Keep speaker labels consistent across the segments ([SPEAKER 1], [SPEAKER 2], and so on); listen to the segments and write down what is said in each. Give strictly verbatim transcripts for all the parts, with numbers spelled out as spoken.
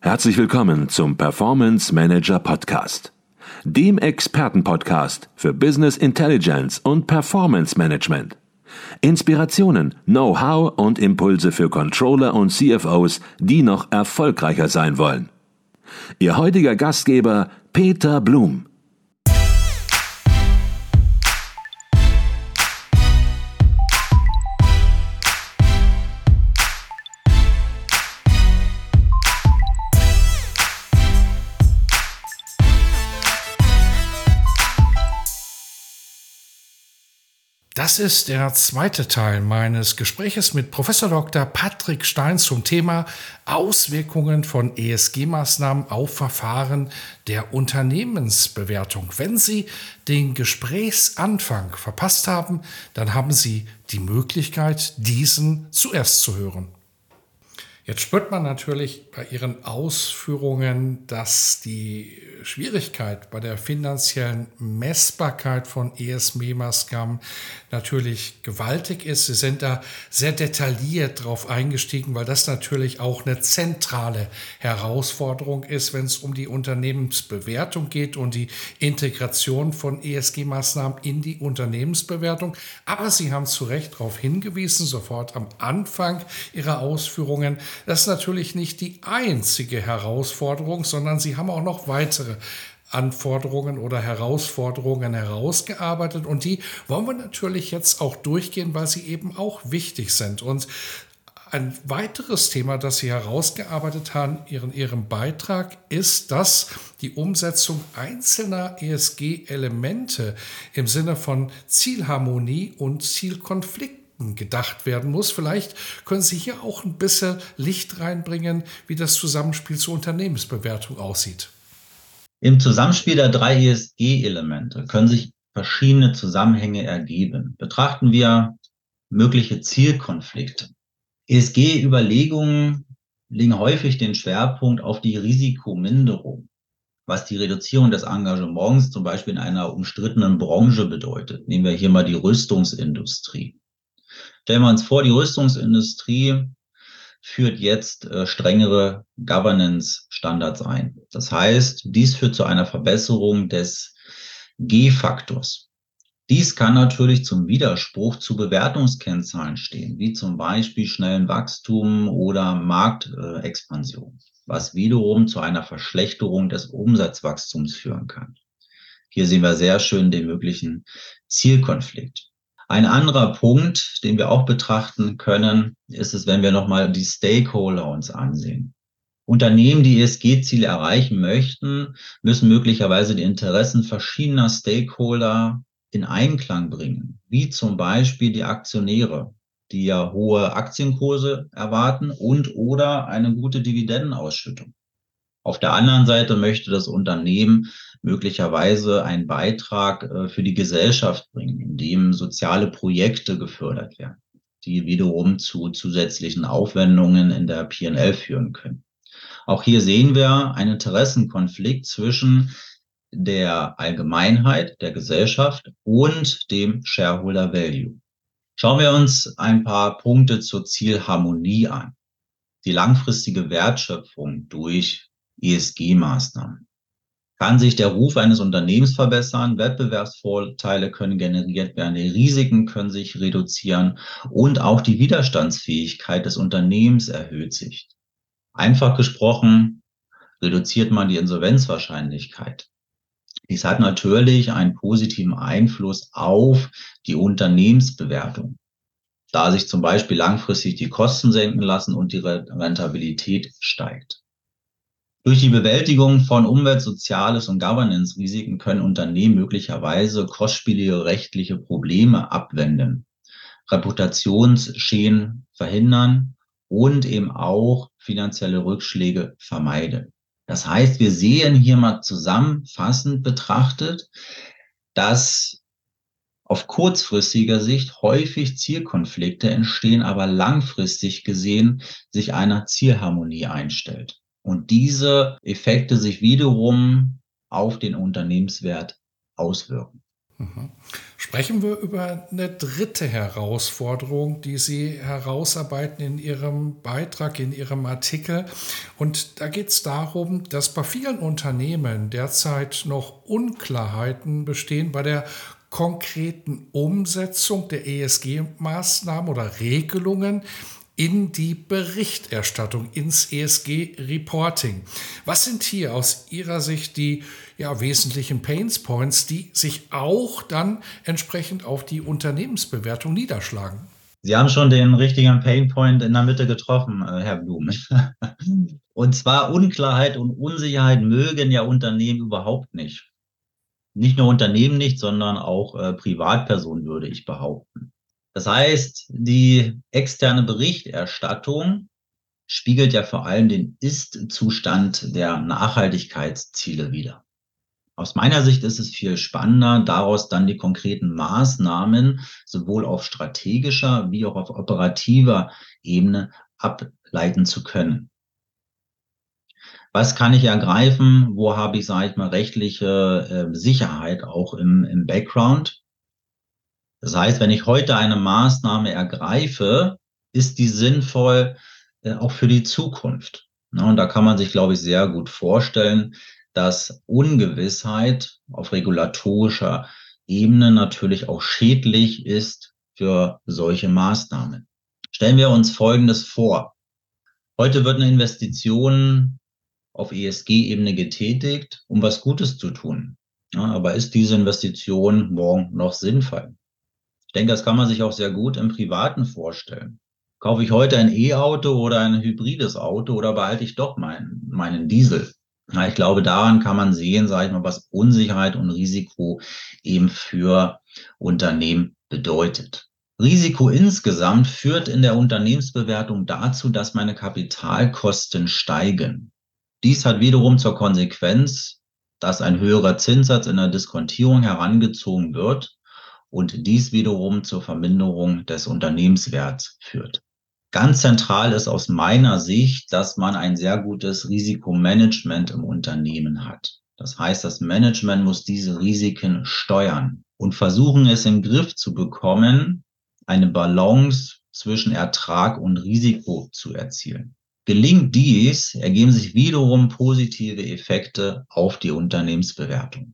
[SPEAKER 1] Herzlich willkommen zum Performance Manager Podcast, dem Expertenpodcast für Business Intelligence und Performance Management. Inspirationen, Know-how und Impulse für Controller und C F Os, die noch erfolgreicher sein wollen. Ihr heutiger Gastgeber Peter Blum.
[SPEAKER 2] Das ist der zweite Teil meines Gespräches mit Professor Doktor Patrick Stein zum Thema Auswirkungen von E S G-Maßnahmen auf Verfahren der Unternehmensbewertung. Wenn Sie den Gesprächsanfang verpasst haben, dann haben Sie die Möglichkeit, diesen zuerst zu hören. Jetzt spürt man natürlich bei Ihren Ausführungen, dass die Schwierigkeit bei der finanziellen Messbarkeit von E S G-Maßnahmen natürlich gewaltig ist. Sie sind da sehr detailliert drauf eingestiegen, weil das natürlich auch eine zentrale Herausforderung ist, wenn es um die Unternehmensbewertung geht und die Integration von E S G-Maßnahmen in die Unternehmensbewertung. Aber Sie haben zu Recht darauf hingewiesen, sofort am Anfang Ihrer Ausführungen, das ist natürlich nicht die einzige Herausforderung, sondern Sie haben auch noch weitere Anforderungen oder Herausforderungen herausgearbeitet. Und die wollen wir natürlich jetzt auch durchgehen, weil sie eben auch wichtig sind. Und ein weiteres Thema, das Sie herausgearbeitet haben in Ihrem Beitrag, ist, dass die Umsetzung einzelner E S G-Elemente im Sinne von Zielharmonie und Zielkonflikt gedacht werden muss. Vielleicht können Sie hier auch ein bisschen Licht reinbringen, wie das Zusammenspiel zur Unternehmensbewertung aussieht.
[SPEAKER 3] Im Zusammenspiel der drei E S G-Elemente können sich verschiedene Zusammenhänge ergeben. Betrachten wir mögliche Zielkonflikte. E S G-Überlegungen legen häufig den Schwerpunkt auf die Risikominderung, was die Reduzierung des Engagements zum Beispiel in einer umstrittenen Branche bedeutet. Nehmen wir hier mal die Rüstungsindustrie. Stellen wir uns vor, die Rüstungsindustrie führt jetzt äh, strengere Governance-Standards ein. Das heißt, dies führt zu einer Verbesserung des G-Faktors. Dies kann natürlich zum Widerspruch zu Bewertungskennzahlen stehen, wie zum Beispiel schnellen Wachstum oder Marktexpansion, äh, was wiederum zu einer Verschlechterung des Umsatzwachstums führen kann. Hier sehen wir sehr schön den möglichen Zielkonflikt. Ein anderer Punkt, den wir auch betrachten können, ist es, wenn wir nochmal die Stakeholder uns ansehen. Unternehmen, die E S G-Ziele erreichen möchten, müssen möglicherweise die Interessen verschiedener Stakeholder in Einklang bringen, wie zum Beispiel die Aktionäre, die ja hohe Aktienkurse erwarten und oder eine gute Dividendenausschüttung. Auf der anderen Seite möchte das Unternehmen möglicherweise einen Beitrag äh, für die Gesellschaft bringen, indem soziale Projekte gefördert werden, die wiederum zu zusätzlichen Aufwendungen in der P und L führen können. Auch hier sehen wir einen Interessenkonflikt zwischen der Allgemeinheit, der Gesellschaft und dem Shareholder Value. Schauen wir uns ein paar Punkte zur Zielharmonie an. Die langfristige Wertschöpfung durch E S G-Maßnahmen. Kann sich der Ruf eines Unternehmens verbessern, Wettbewerbsvorteile können generiert werden, die Risiken können sich reduzieren und auch die Widerstandsfähigkeit des Unternehmens erhöht sich. Einfach gesprochen, reduziert man die Insolvenzwahrscheinlichkeit. Dies hat natürlich einen positiven Einfluss auf die Unternehmensbewertung, da sich zum Beispiel langfristig die Kosten senken lassen und die Rentabilität steigt. Durch die Bewältigung von Umwelt-, Soziales- und Governance-Risiken können Unternehmen möglicherweise kostspielige rechtliche Probleme abwenden, Reputationsschäden verhindern und eben auch finanzielle Rückschläge vermeiden. Das heißt, wir sehen hier mal zusammenfassend betrachtet, dass auf kurzfristiger Sicht häufig Zielkonflikte entstehen, aber langfristig gesehen sich einer Zielharmonie einstellt. Und diese Effekte sich wiederum auf den Unternehmenswert auswirken.
[SPEAKER 2] Mhm. Sprechen wir über eine dritte Herausforderung, die Sie herausarbeiten in Ihrem Beitrag, in Ihrem Artikel. Und da geht es darum, dass bei vielen Unternehmen derzeit noch Unklarheiten bestehen bei der konkreten Umsetzung der E S G-Maßnahmen oder Regelungen in die Berichterstattung, ins E S G-Reporting. Was sind hier aus Ihrer Sicht die ja, wesentlichen Painpoints, die sich auch dann entsprechend auf die Unternehmensbewertung niederschlagen?
[SPEAKER 3] Sie haben schon den richtigen Painpoint in der Mitte getroffen, Herr Blum. Und zwar Unklarheit und Unsicherheit mögen ja Unternehmen überhaupt nicht. Nicht nur Unternehmen nicht, sondern auch äh, Privatpersonen, würde ich behaupten. Das heißt, die externe Berichterstattung spiegelt ja vor allem den Ist-Zustand der Nachhaltigkeitsziele wider. Aus meiner Sicht ist es viel spannender, daraus dann die konkreten Maßnahmen sowohl auf strategischer wie auch auf operativer Ebene ableiten zu können. Was kann ich ergreifen? Wo habe ich, sage ich mal, rechtliche äh, Sicherheit auch im, im Background? Das heißt, wenn ich heute eine Maßnahme ergreife, ist die sinnvoll äh, auch für die Zukunft. Ja, und da kann man sich, glaube ich, sehr gut vorstellen, dass Ungewissheit auf regulatorischer Ebene natürlich auch schädlich ist für solche Maßnahmen. Stellen wir uns Folgendes vor. Heute wird eine Investition auf E S G-Ebene getätigt, um was Gutes zu tun. Ja, aber ist diese Investition morgen noch sinnvoll? Ich denke, das kann man sich auch sehr gut im Privaten vorstellen. Kaufe ich heute ein E-Auto oder ein hybrides Auto oder behalte ich doch meinen, meinen Diesel? Ja, ich glaube, daran kann man sehen, sage ich mal, was Unsicherheit und Risiko eben für Unternehmen bedeutet. Risiko insgesamt führt in der Unternehmensbewertung dazu, dass meine Kapitalkosten steigen. Dies hat wiederum zur Konsequenz, dass ein höherer Zinssatz in der Diskontierung herangezogen wird und dies wiederum zur Verminderung des Unternehmenswerts führt. Ganz zentral ist aus meiner Sicht, dass man ein sehr gutes Risikomanagement im Unternehmen hat. Das heißt, das Management muss diese Risiken steuern und versuchen, es in den Griff zu bekommen, eine Balance zwischen Ertrag und Risiko zu erzielen. Gelingt dies, ergeben sich wiederum positive Effekte auf die Unternehmensbewertung.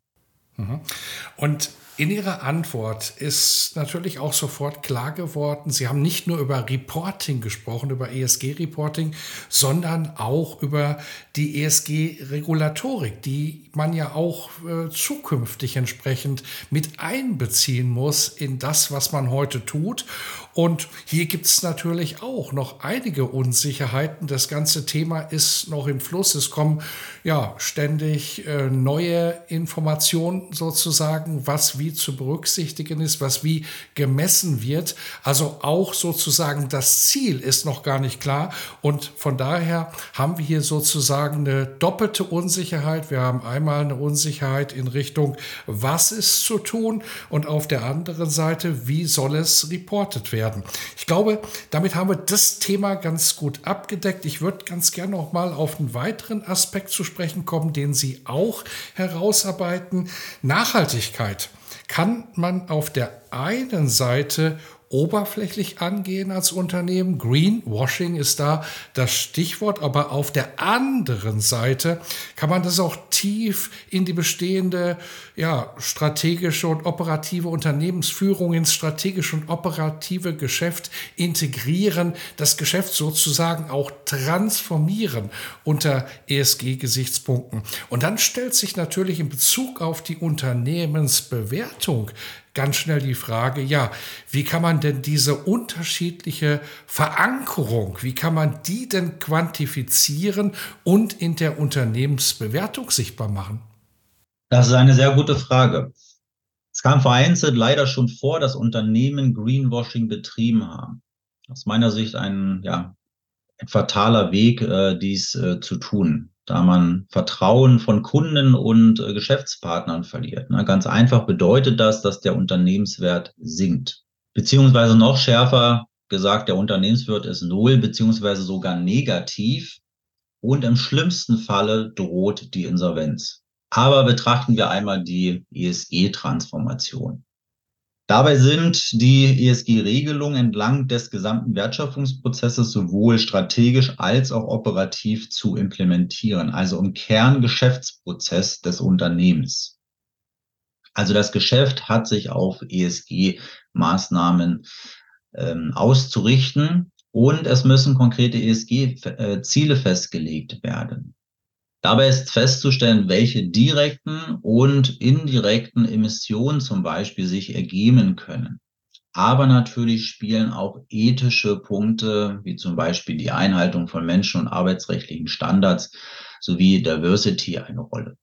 [SPEAKER 2] Und in Ihrer Antwort ist natürlich auch sofort klar geworden, Sie haben nicht nur über Reporting gesprochen, über E S G-Reporting, sondern auch über die E S G-Regulatorik, die man ja auch äh, zukünftig entsprechend mit einbeziehen muss in das, was man heute tut. Und hier gibt es natürlich auch noch einige Unsicherheiten. Das ganze Thema ist noch im Fluss. Es kommen ja ständig äh, neue Informationen sozusagen, was wie zu berücksichtigen ist, was wie gemessen wird. Also auch sozusagen das Ziel ist noch gar nicht klar. Und von daher haben wir hier sozusagen eine doppelte Unsicherheit. Wir haben einmal eine Unsicherheit in Richtung, was ist zu tun, und auf der anderen Seite, wie soll es reportet werden. Ich glaube, damit haben wir das Thema ganz gut abgedeckt. Ich würde ganz gerne noch mal auf einen weiteren Aspekt zu sprechen kommen, den Sie auch herausarbeiten. Nachhaltigkeit kann man auf der einen Seite oberflächlich angehen als Unternehmen. Greenwashing ist da das Stichwort, aber auf der anderen Seite kann man das auch tief in die bestehende ja, strategische und operative Unternehmensführung, ins strategische und operative Geschäft integrieren, das Geschäft sozusagen auch transformieren unter E S G-Gesichtspunkten. Und dann stellt sich natürlich in Bezug auf die Unternehmensbewertung ganz schnell die Frage, ja, wie kann man denn diese unterschiedliche Verankerung, wie kann man die denn quantifizieren und in der Unternehmensbewertung sichtbar machen?
[SPEAKER 3] Das ist eine sehr gute Frage. Es kam vereinzelt leider schon vor, dass Unternehmen Greenwashing betrieben haben. Aus meiner Sicht ein, ja, ein fataler Weg, äh, dies äh, zu tun, da man Vertrauen von Kunden und äh, Geschäftspartnern verliert. Ne? Ganz einfach bedeutet das, dass der Unternehmenswert sinkt. Beziehungsweise noch schärfer gesagt, der Unternehmenswert ist null, beziehungsweise sogar negativ. Und im schlimmsten Falle droht die Insolvenz. Aber betrachten wir einmal die E S G-Transformation. Dabei sind die E S G-Regelungen entlang des gesamten Wertschöpfungsprozesses sowohl strategisch als auch operativ zu implementieren, also im Kerngeschäftsprozess des Unternehmens. Also das Geschäft hat sich auf E S G-Maßnahmen ähm, auszurichten und es müssen konkrete E S G-Ziele festgelegt werden. Dabei ist festzustellen, welche direkten und indirekten Emissionen zum Beispiel sich ergeben können. Aber natürlich spielen auch ethische Punkte, wie zum Beispiel die Einhaltung von menschen- und arbeitsrechtlichen Standards sowie Diversity eine Rolle.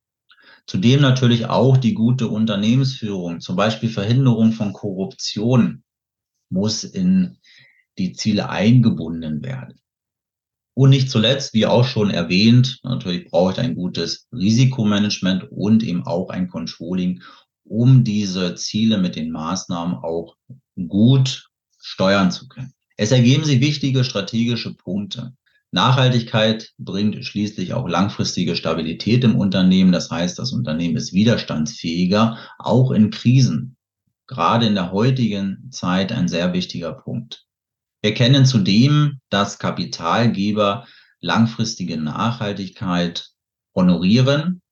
[SPEAKER 3] Zudem natürlich auch die gute Unternehmensführung, zum Beispiel Verhinderung von Korruption, muss in die Ziele eingebunden werden. Und nicht zuletzt, wie auch schon erwähnt, natürlich braucht ein gutes Risikomanagement und eben auch ein Controlling, um diese Ziele mit den Maßnahmen auch gut steuern zu können. Es ergeben sich wichtige strategische Punkte. Nachhaltigkeit bringt schließlich auch langfristige Stabilität im Unternehmen. Das heißt, das Unternehmen ist widerstandsfähiger, auch in Krisen. Gerade in der heutigen Zeit ein sehr wichtiger Punkt. Wir kennen zudem, dass Kapitalgeber langfristige Nachhaltigkeit honorieren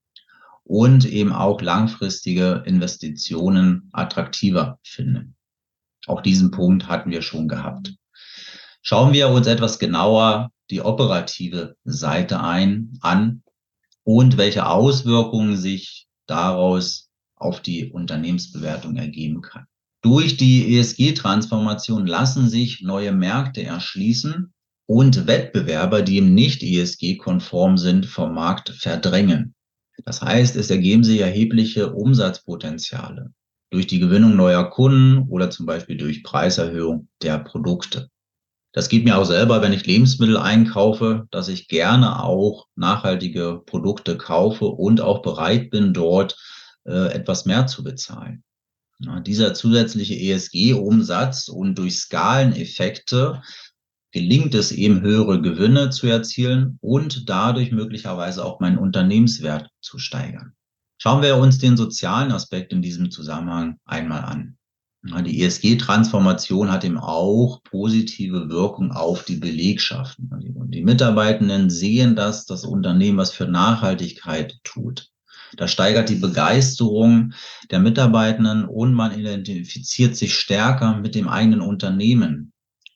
[SPEAKER 3] und eben auch langfristige Investitionen attraktiver finden. Auch diesen Punkt hatten wir schon gehabt. Schauen wir uns etwas genauer die operative Seite ein, an und welche Auswirkungen sich daraus auf die Unternehmensbewertung ergeben kann. Durch die E S G-Transformation lassen sich neue Märkte erschließen und Wettbewerber, die eben nicht E S G-konform sind, vom Markt verdrängen. Das heißt, es ergeben sich erhebliche Umsatzpotenziale durch die Gewinnung neuer Kunden oder zum Beispiel durch Preiserhöhung der Produkte. Das geht mir auch selber, wenn ich Lebensmittel einkaufe, dass ich gerne auch nachhaltige Produkte kaufe und auch bereit bin, dort äh, etwas mehr zu bezahlen. Ja, dieser zusätzliche E S G-Umsatz und durch Skaleneffekte gelingt es eben, höhere Gewinne zu erzielen und dadurch möglicherweise auch meinen Unternehmenswert zu steigern. Schauen wir uns den sozialen Aspekt in diesem Zusammenhang einmal an. Ja, die E S G-Transformation hat eben auch positive Wirkung auf die Belegschaften. Und die Mitarbeitenden sehen, dass das Unternehmen was für Nachhaltigkeit tut. Das steigert die Begeisterung der Mitarbeitenden und man identifiziert sich stärker mit dem eigenen Unternehmen.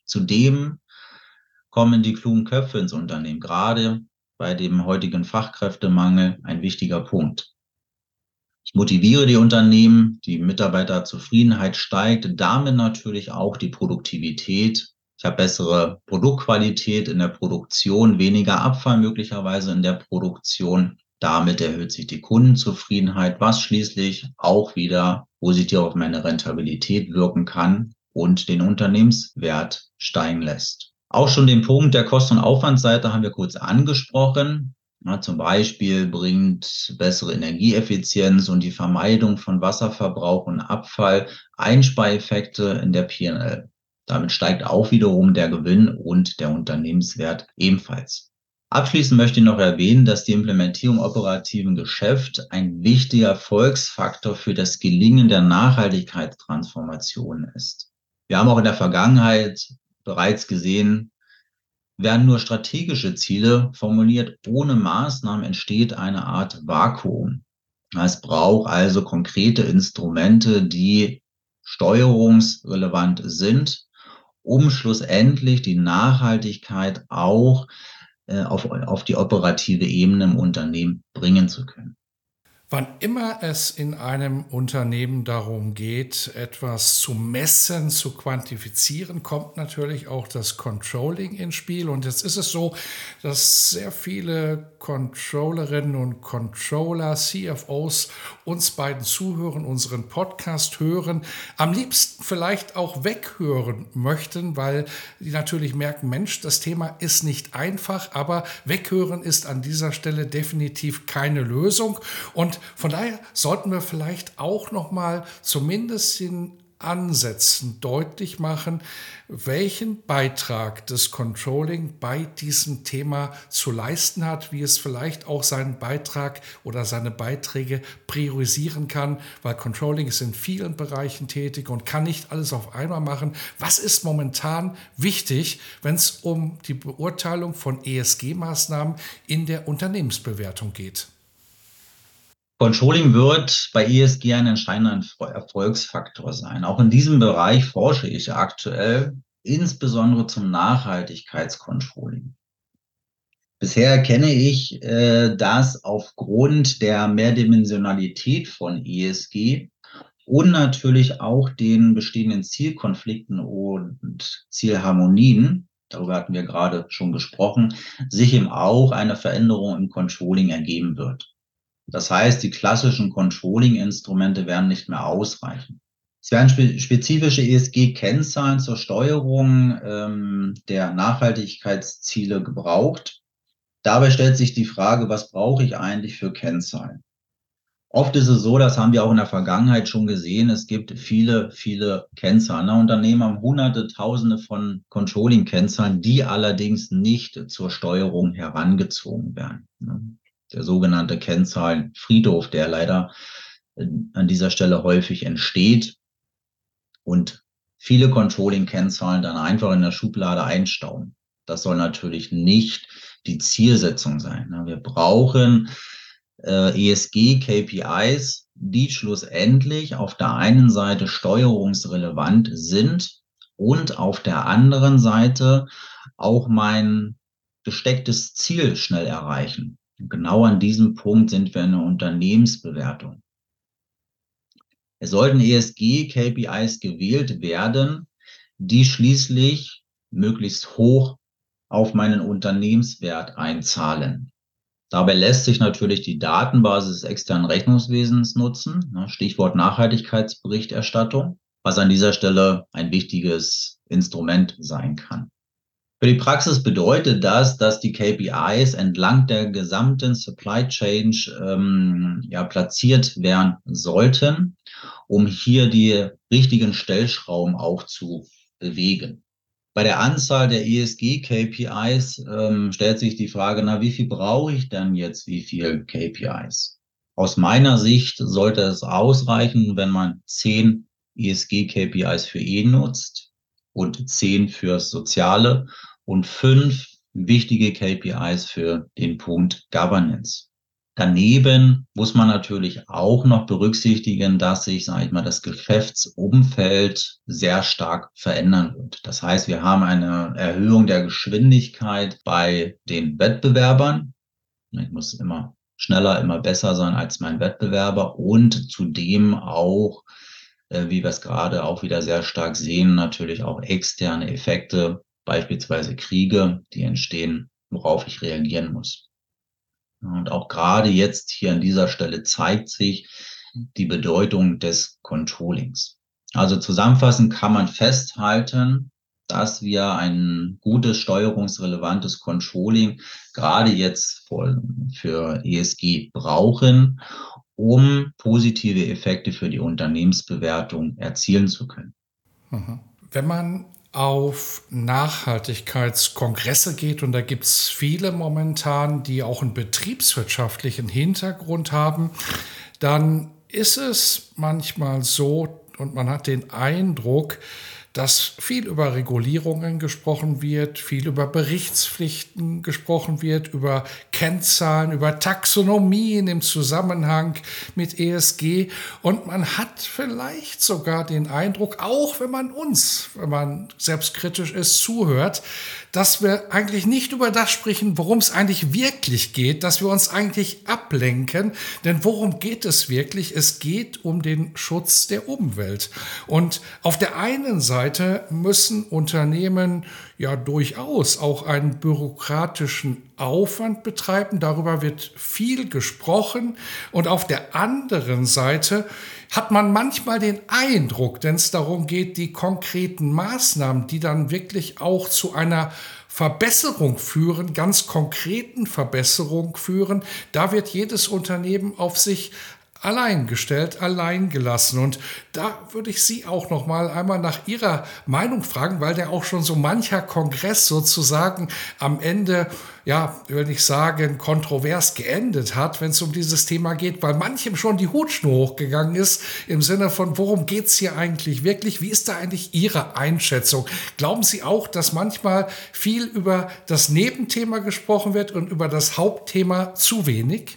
[SPEAKER 3] Zudem kommen die klugen Köpfe ins Unternehmen, gerade bei dem heutigen Fachkräftemangel ein wichtiger Punkt. Ich motiviere die Unternehmen, die Mitarbeiterzufriedenheit steigt, damit natürlich auch die Produktivität. Ich habe bessere Produktqualität in der Produktion, weniger Abfall möglicherweise in der Produktion. Damit erhöht sich die Kundenzufriedenheit, was schließlich auch wieder positiv auf meine Rentabilität wirken kann und den Unternehmenswert steigen lässt. Auch schon den Punkt der Kosten- und Aufwandsseite haben wir kurz angesprochen. Ja, zum Beispiel bringt bessere Energieeffizienz und die Vermeidung von Wasserverbrauch und Abfall Einspareffekte in der P und L. Damit steigt auch wiederum der Gewinn und der Unternehmenswert ebenfalls. Abschließend möchte ich noch erwähnen, dass die Implementierung operativen Geschäft ein wichtiger Erfolgsfaktor für das Gelingen der Nachhaltigkeitstransformation ist. Wir haben auch in der Vergangenheit bereits gesehen, werden nur strategische Ziele formuliert, ohne Maßnahmen entsteht eine Art Vakuum. Es braucht also konkrete Instrumente, die steuerungsrelevant sind, um schlussendlich die Nachhaltigkeit auch äh, auf, auf die operative Ebene im Unternehmen bringen zu können.
[SPEAKER 2] Wann immer es in einem Unternehmen darum geht, etwas zu messen, zu quantifizieren, kommt natürlich auch das Controlling ins Spiel. Und jetzt ist es so, dass sehr viele Controllerinnen und Controller, C F Os uns beiden zuhören, unseren Podcast hören, am liebsten vielleicht auch weghören möchten, weil die natürlich merken, Mensch, das Thema ist nicht einfach, aber weghören ist an dieser Stelle definitiv keine Lösung. Und von daher sollten wir vielleicht auch noch mal zumindest den Ansätzen deutlich machen, welchen Beitrag das Controlling bei diesem Thema zu leisten hat, wie es vielleicht auch seinen Beitrag oder seine Beiträge priorisieren kann, weil Controlling ist in vielen Bereichen tätig und kann nicht alles auf einmal machen. Was ist momentan wichtig, wenn es um die Beurteilung von E S G-Maßnahmen in der Unternehmensbewertung geht?
[SPEAKER 3] Controlling wird bei E S G ein entscheidender Erfolgsfaktor sein. Auch in diesem Bereich forsche ich aktuell, insbesondere zum Nachhaltigkeitscontrolling. Bisher erkenne ich, äh, dass aufgrund der Mehrdimensionalität von E S G und natürlich auch den bestehenden Zielkonflikten und Zielharmonien, darüber hatten wir gerade schon gesprochen, sich eben auch eine Veränderung im Controlling ergeben wird. Das heißt, die klassischen Controlling-Instrumente werden nicht mehr ausreichen. Es werden spe- spezifische E S G-Kennzahlen zur Steuerung ähm, der Nachhaltigkeitsziele gebraucht. Dabei stellt sich die Frage, was brauche ich eigentlich für Kennzahlen? Oft ist es so, das haben wir auch in der Vergangenheit schon gesehen, es gibt viele, viele Kennzahlen. Unternehmen haben hunderte, tausende von Controlling-Kennzahlen, die allerdings nicht zur Steuerung herangezogen werden. Der sogenannte Kennzahlenfriedhof, der leider an dieser Stelle häufig entsteht und viele Controlling-Kennzahlen dann einfach in der Schublade einstauen. Das soll natürlich nicht die Zielsetzung sein. Wir brauchen E S G-K P Is, die schlussendlich auf der einen Seite steuerungsrelevant sind und auf der anderen Seite auch mein gestecktes Ziel schnell erreichen. Und genau an diesem Punkt sind wir in der Unternehmensbewertung. Es sollten E S G-K P Is gewählt werden, die schließlich möglichst hoch auf meinen Unternehmenswert einzahlen. Dabei lässt sich natürlich die Datenbasis des externen Rechnungswesens nutzen, Stichwort Nachhaltigkeitsberichterstattung, was an dieser Stelle ein wichtiges Instrument sein kann. Für die Praxis bedeutet das, dass die K P Is entlang der gesamten Supply Chain ähm, ja, platziert werden sollten, um hier die richtigen Stellschrauben auch zu bewegen. Bei der Anzahl der E S G-K P Is ähm, stellt sich die Frage, na, wie viel brauche ich denn jetzt, wie viel K P Is? Aus meiner Sicht sollte es ausreichen, wenn man zehn E S G-K P Is für E nutzt und zehn fürs Soziale und fünf wichtige K P Is für den Punkt Governance. Daneben muss man natürlich auch noch berücksichtigen, dass sich, sage ich mal, das Geschäftsumfeld sehr stark verändern wird. Das heißt, wir haben eine Erhöhung der Geschwindigkeit bei den Wettbewerbern. Ich muss immer schneller, immer besser sein als mein Wettbewerber und zudem auch, wie wir es gerade auch wieder sehr stark sehen, natürlich auch externe Effekte, beispielsweise Kriege, die entstehen, worauf ich reagieren muss. Und auch gerade jetzt hier an dieser Stelle zeigt sich die Bedeutung des Controllings. Also zusammenfassend kann man festhalten, dass wir ein gutes steuerungsrelevantes Controlling gerade jetzt für E S G brauchen, um positive Effekte für die Unternehmensbewertung erzielen zu können.
[SPEAKER 2] Wenn man auf Nachhaltigkeitskongresse geht, und da gibt es viele momentan, die auch einen betriebswirtschaftlichen Hintergrund haben, dann ist es manchmal so, und man hat den Eindruck, dass viel über Regulierungen gesprochen wird, viel über Berichtspflichten gesprochen wird, über Kennzahlen, über Taxonomien im Zusammenhang mit E S G. Und man hat vielleicht sogar den Eindruck, auch wenn man uns, wenn man selbstkritisch ist, zuhört, dass wir eigentlich nicht über das sprechen, worum es eigentlich wirklich geht, dass wir uns eigentlich ablenken. Denn worum geht es wirklich? Es geht um den Schutz der Umwelt. Und auf der einen Seite müssen Unternehmen ja durchaus auch einen bürokratischen Aufwand betreiben. Darüber wird viel gesprochen. Und auf der anderen Seite hat man manchmal den Eindruck, wenn es darum geht, die konkreten Maßnahmen, die dann wirklich auch zu einer Verbesserung führen, ganz konkreten Verbesserung führen, da wird jedes Unternehmen auf sich allein gestellt, allein gelassen. Und da würde ich Sie auch noch mal einmal nach Ihrer Meinung fragen, weil der auch schon so mancher Kongress sozusagen am Ende, ja, will ich sagen, kontrovers geendet hat, wenn es um dieses Thema geht, weil manchem schon die Hutschnur hochgegangen ist, im Sinne von, worum geht es hier eigentlich wirklich? Wie ist da eigentlich Ihre Einschätzung? Glauben Sie auch, dass manchmal viel über das Nebenthema gesprochen wird und über das Hauptthema zu wenig?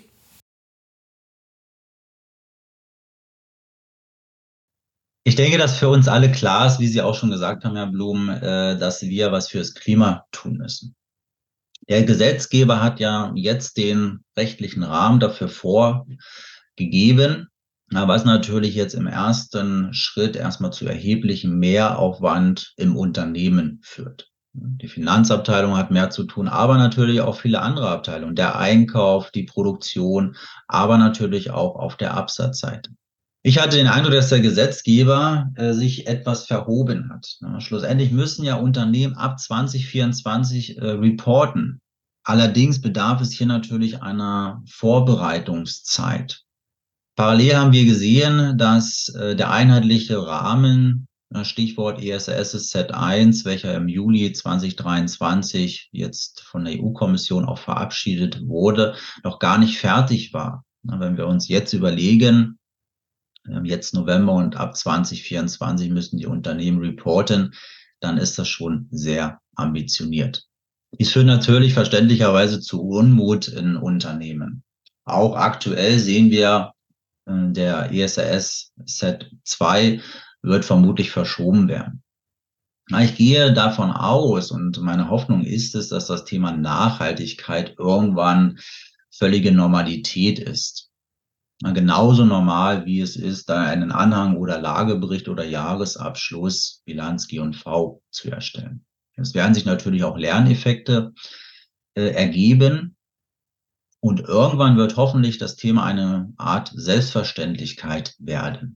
[SPEAKER 3] Ich denke, dass für uns alle klar ist, wie Sie auch schon gesagt haben, Herr Blum, äh, dass wir was fürs Klima tun müssen. Der Gesetzgeber hat ja jetzt den rechtlichen Rahmen dafür vorgegeben, was natürlich jetzt im ersten Schritt erstmal zu erheblichem Mehraufwand im Unternehmen führt. Die Finanzabteilung hat mehr zu tun, aber natürlich auch viele andere Abteilungen, der Einkauf, die Produktion, aber natürlich auch auf der Absatzseite. Ich hatte den Eindruck, dass der Gesetzgeber äh, sich etwas verhoben hat. Ja, schlussendlich müssen ja Unternehmen ab zwanzig vierundzwanzig äh, reporten. Allerdings bedarf es hier natürlich einer Vorbereitungszeit. Parallel haben wir gesehen, dass äh, der einheitliche Rahmen, äh, Stichwort E S S Z eins, welcher im Juli zwanzig dreiundzwanzig jetzt von der E U-Kommission auch verabschiedet wurde, noch gar nicht fertig war. Na, wenn wir uns jetzt überlegen, jetzt November und ab zwanzig vierundzwanzig müssen die Unternehmen reporten, dann ist das schon sehr ambitioniert. Dies führt natürlich verständlicherweise zu Unmut in Unternehmen. Auch aktuell sehen wir, der E S S Z zwei wird vermutlich verschoben werden. Ich gehe davon aus und meine Hoffnung ist es, dass das Thema Nachhaltigkeit irgendwann völlige Normalität ist. Genauso normal, wie es ist, da einen Anhang oder Lagebericht oder Jahresabschluss, Bilanz G und V zu erstellen. Es werden sich natürlich auch Lerneffekte äh, ergeben und irgendwann wird hoffentlich das Thema eine Art Selbstverständlichkeit werden.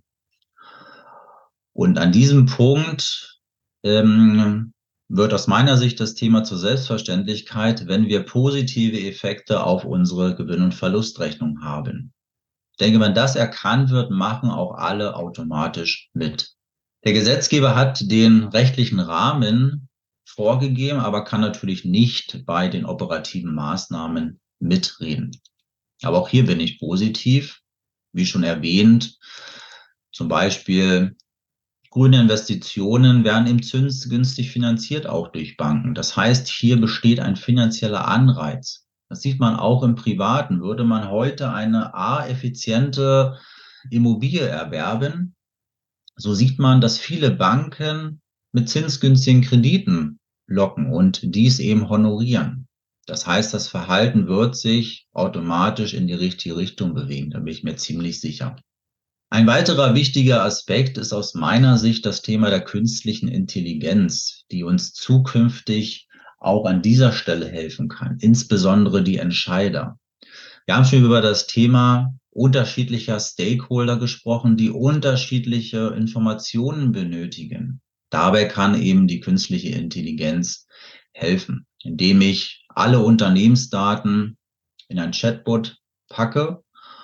[SPEAKER 3] Und an diesem Punkt ähm, wird aus meiner Sicht das Thema zur Selbstverständlichkeit, wenn wir positive Effekte auf unsere Gewinn- und Verlustrechnung haben. Ich denke, wenn das erkannt wird, machen auch alle automatisch mit. Der Gesetzgeber hat den rechtlichen Rahmen vorgegeben, aber kann natürlich nicht bei den operativen Maßnahmen mitreden. Aber auch hier bin ich positiv, wie schon erwähnt, zum Beispiel grüne Investitionen werden eben zinsgünstig finanziert, auch durch Banken. Das heißt, hier besteht ein finanzieller Anreiz. Das sieht man auch im Privaten. Würde man heute eine A-effiziente Immobilie erwerben, so sieht man, dass viele Banken mit zinsgünstigen Krediten locken und dies eben honorieren. Das heißt, das Verhalten wird sich automatisch in die richtige Richtung bewegen. Da bin ich mir ziemlich sicher. Ein weiterer wichtiger Aspekt ist aus meiner Sicht das Thema der künstlichen Intelligenz, die uns zukünftig auch an dieser Stelle helfen kann, insbesondere die Entscheider. Wir haben schon über das Thema unterschiedlicher Stakeholder gesprochen, die unterschiedliche Informationen benötigen. Dabei kann eben die künstliche Intelligenz helfen, indem ich alle Unternehmensdaten in ein Chatbot packe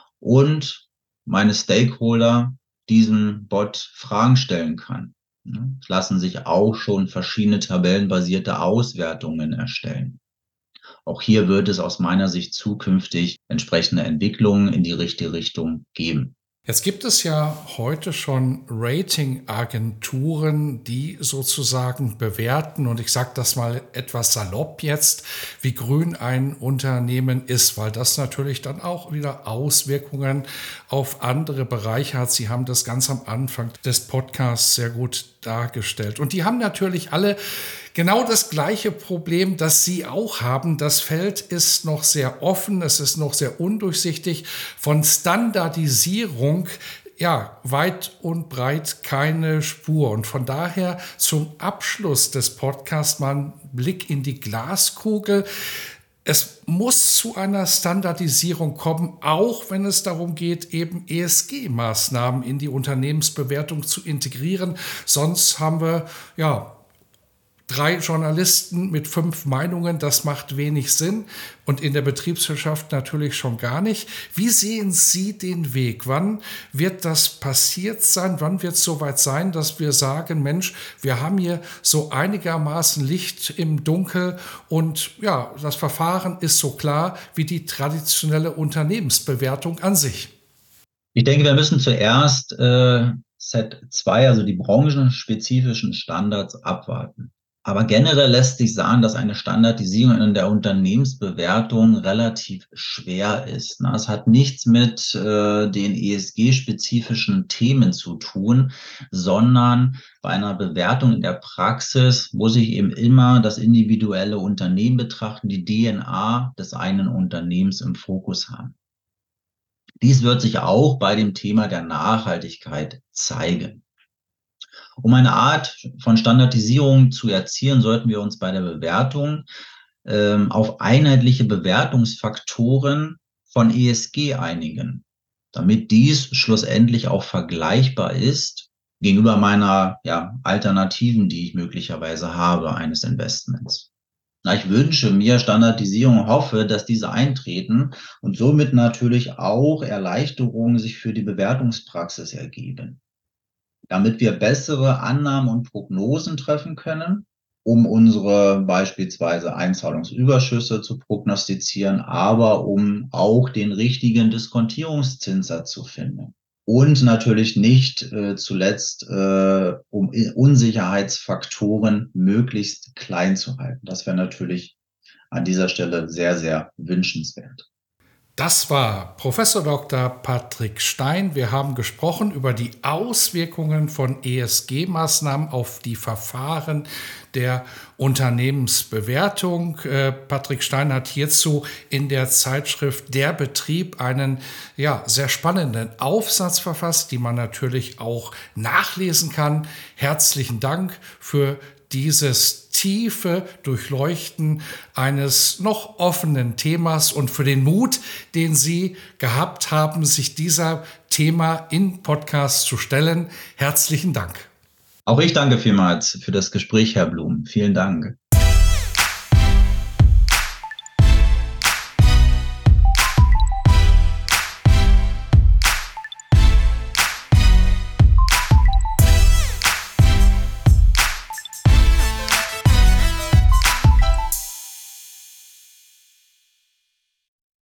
[SPEAKER 3] und meine Stakeholder diesen Bot Fragen stellen kann. Es lassen sich auch schon verschiedene tabellenbasierte Auswertungen erstellen. Auch hier wird es aus meiner Sicht zukünftig entsprechende Entwicklungen in die richtige Richtung geben.
[SPEAKER 2] Jetzt gibt es ja heute schon Ratingagenturen, die sozusagen bewerten, und ich sage das mal etwas salopp jetzt, wie grün ein Unternehmen ist, weil das natürlich dann auch wieder Auswirkungen auf andere Bereiche hat. Sie haben das ganz am Anfang des Podcasts sehr gut dargestellt. Und die haben natürlich alle genau das gleiche Problem, das Sie auch haben. Das Feld ist noch sehr offen, es ist noch sehr undurchsichtig. Von Standardisierung, ja, weit und breit keine Spur. Und von daher zum Abschluss des Podcasts mal ein Blick in die Glaskugel. Es muss zu einer Standardisierung kommen, auch wenn es darum geht, eben E S G-Maßnahmen in die Unternehmensbewertung zu integrieren. Sonst haben wir, ja, drei Journalisten mit fünf Meinungen, das macht wenig Sinn und in der Betriebswirtschaft natürlich schon gar nicht. Wie sehen Sie den Weg? Wann wird das passiert sein? Wann wird es soweit sein, dass wir sagen, Mensch, wir haben hier so einigermaßen Licht im Dunkel und ja, das Verfahren ist so klar wie die traditionelle Unternehmensbewertung an sich?
[SPEAKER 3] Ich denke, wir müssen zuerst äh, Set zwei, also die branchenspezifischen Standards, abwarten. Aber generell lässt sich sagen, dass eine Standardisierung in der Unternehmensbewertung relativ schwer ist. Es hat nichts mit äh, den E S G-spezifischen Themen zu tun, sondern bei einer Bewertung in der Praxis muss ich eben immer das individuelle Unternehmen betrachten, die D N A des einen Unternehmens im Fokus haben. Dies wird sich auch bei dem Thema der Nachhaltigkeit zeigen. Um eine Art von Standardisierung zu erzielen, sollten wir uns bei der Bewertung ähm, auf einheitliche Bewertungsfaktoren von E S G einigen, damit dies schlussendlich auch vergleichbar ist gegenüber meiner ja, Alternativen, die ich möglicherweise habe, eines Investments. Na, ich wünsche mir Standardisierung und hoffe, dass diese eintreten und somit natürlich auch Erleichterungen sich für die Bewertungspraxis ergeben, damit wir bessere Annahmen und Prognosen treffen können, um unsere beispielsweise Einzahlungsüberschüsse zu prognostizieren, aber um auch den richtigen Diskontierungszinssatz zu finden. Und natürlich nicht äh, zuletzt, äh, um Unsicherheitsfaktoren möglichst klein zu halten. Das wäre natürlich an dieser Stelle sehr, sehr wünschenswert.
[SPEAKER 2] Das war Professor Doktor Patrick Stein. Wir haben gesprochen über die Auswirkungen von E S G-Maßnahmen auf die Verfahren der Unternehmensbewertung. Äh, Patrick Stein hat hierzu in der Zeitschrift Der Betrieb einen ja, sehr spannenden Aufsatz verfasst, die man natürlich auch nachlesen kann. Herzlichen Dank für dieses tiefe Durchleuchten eines noch offenen Themas und für den Mut, den Sie gehabt haben, sich dieser Thema in Podcast zu stellen. Herzlichen Dank.
[SPEAKER 3] Auch ich danke vielmals für das Gespräch, Herr Blum. Vielen Dank.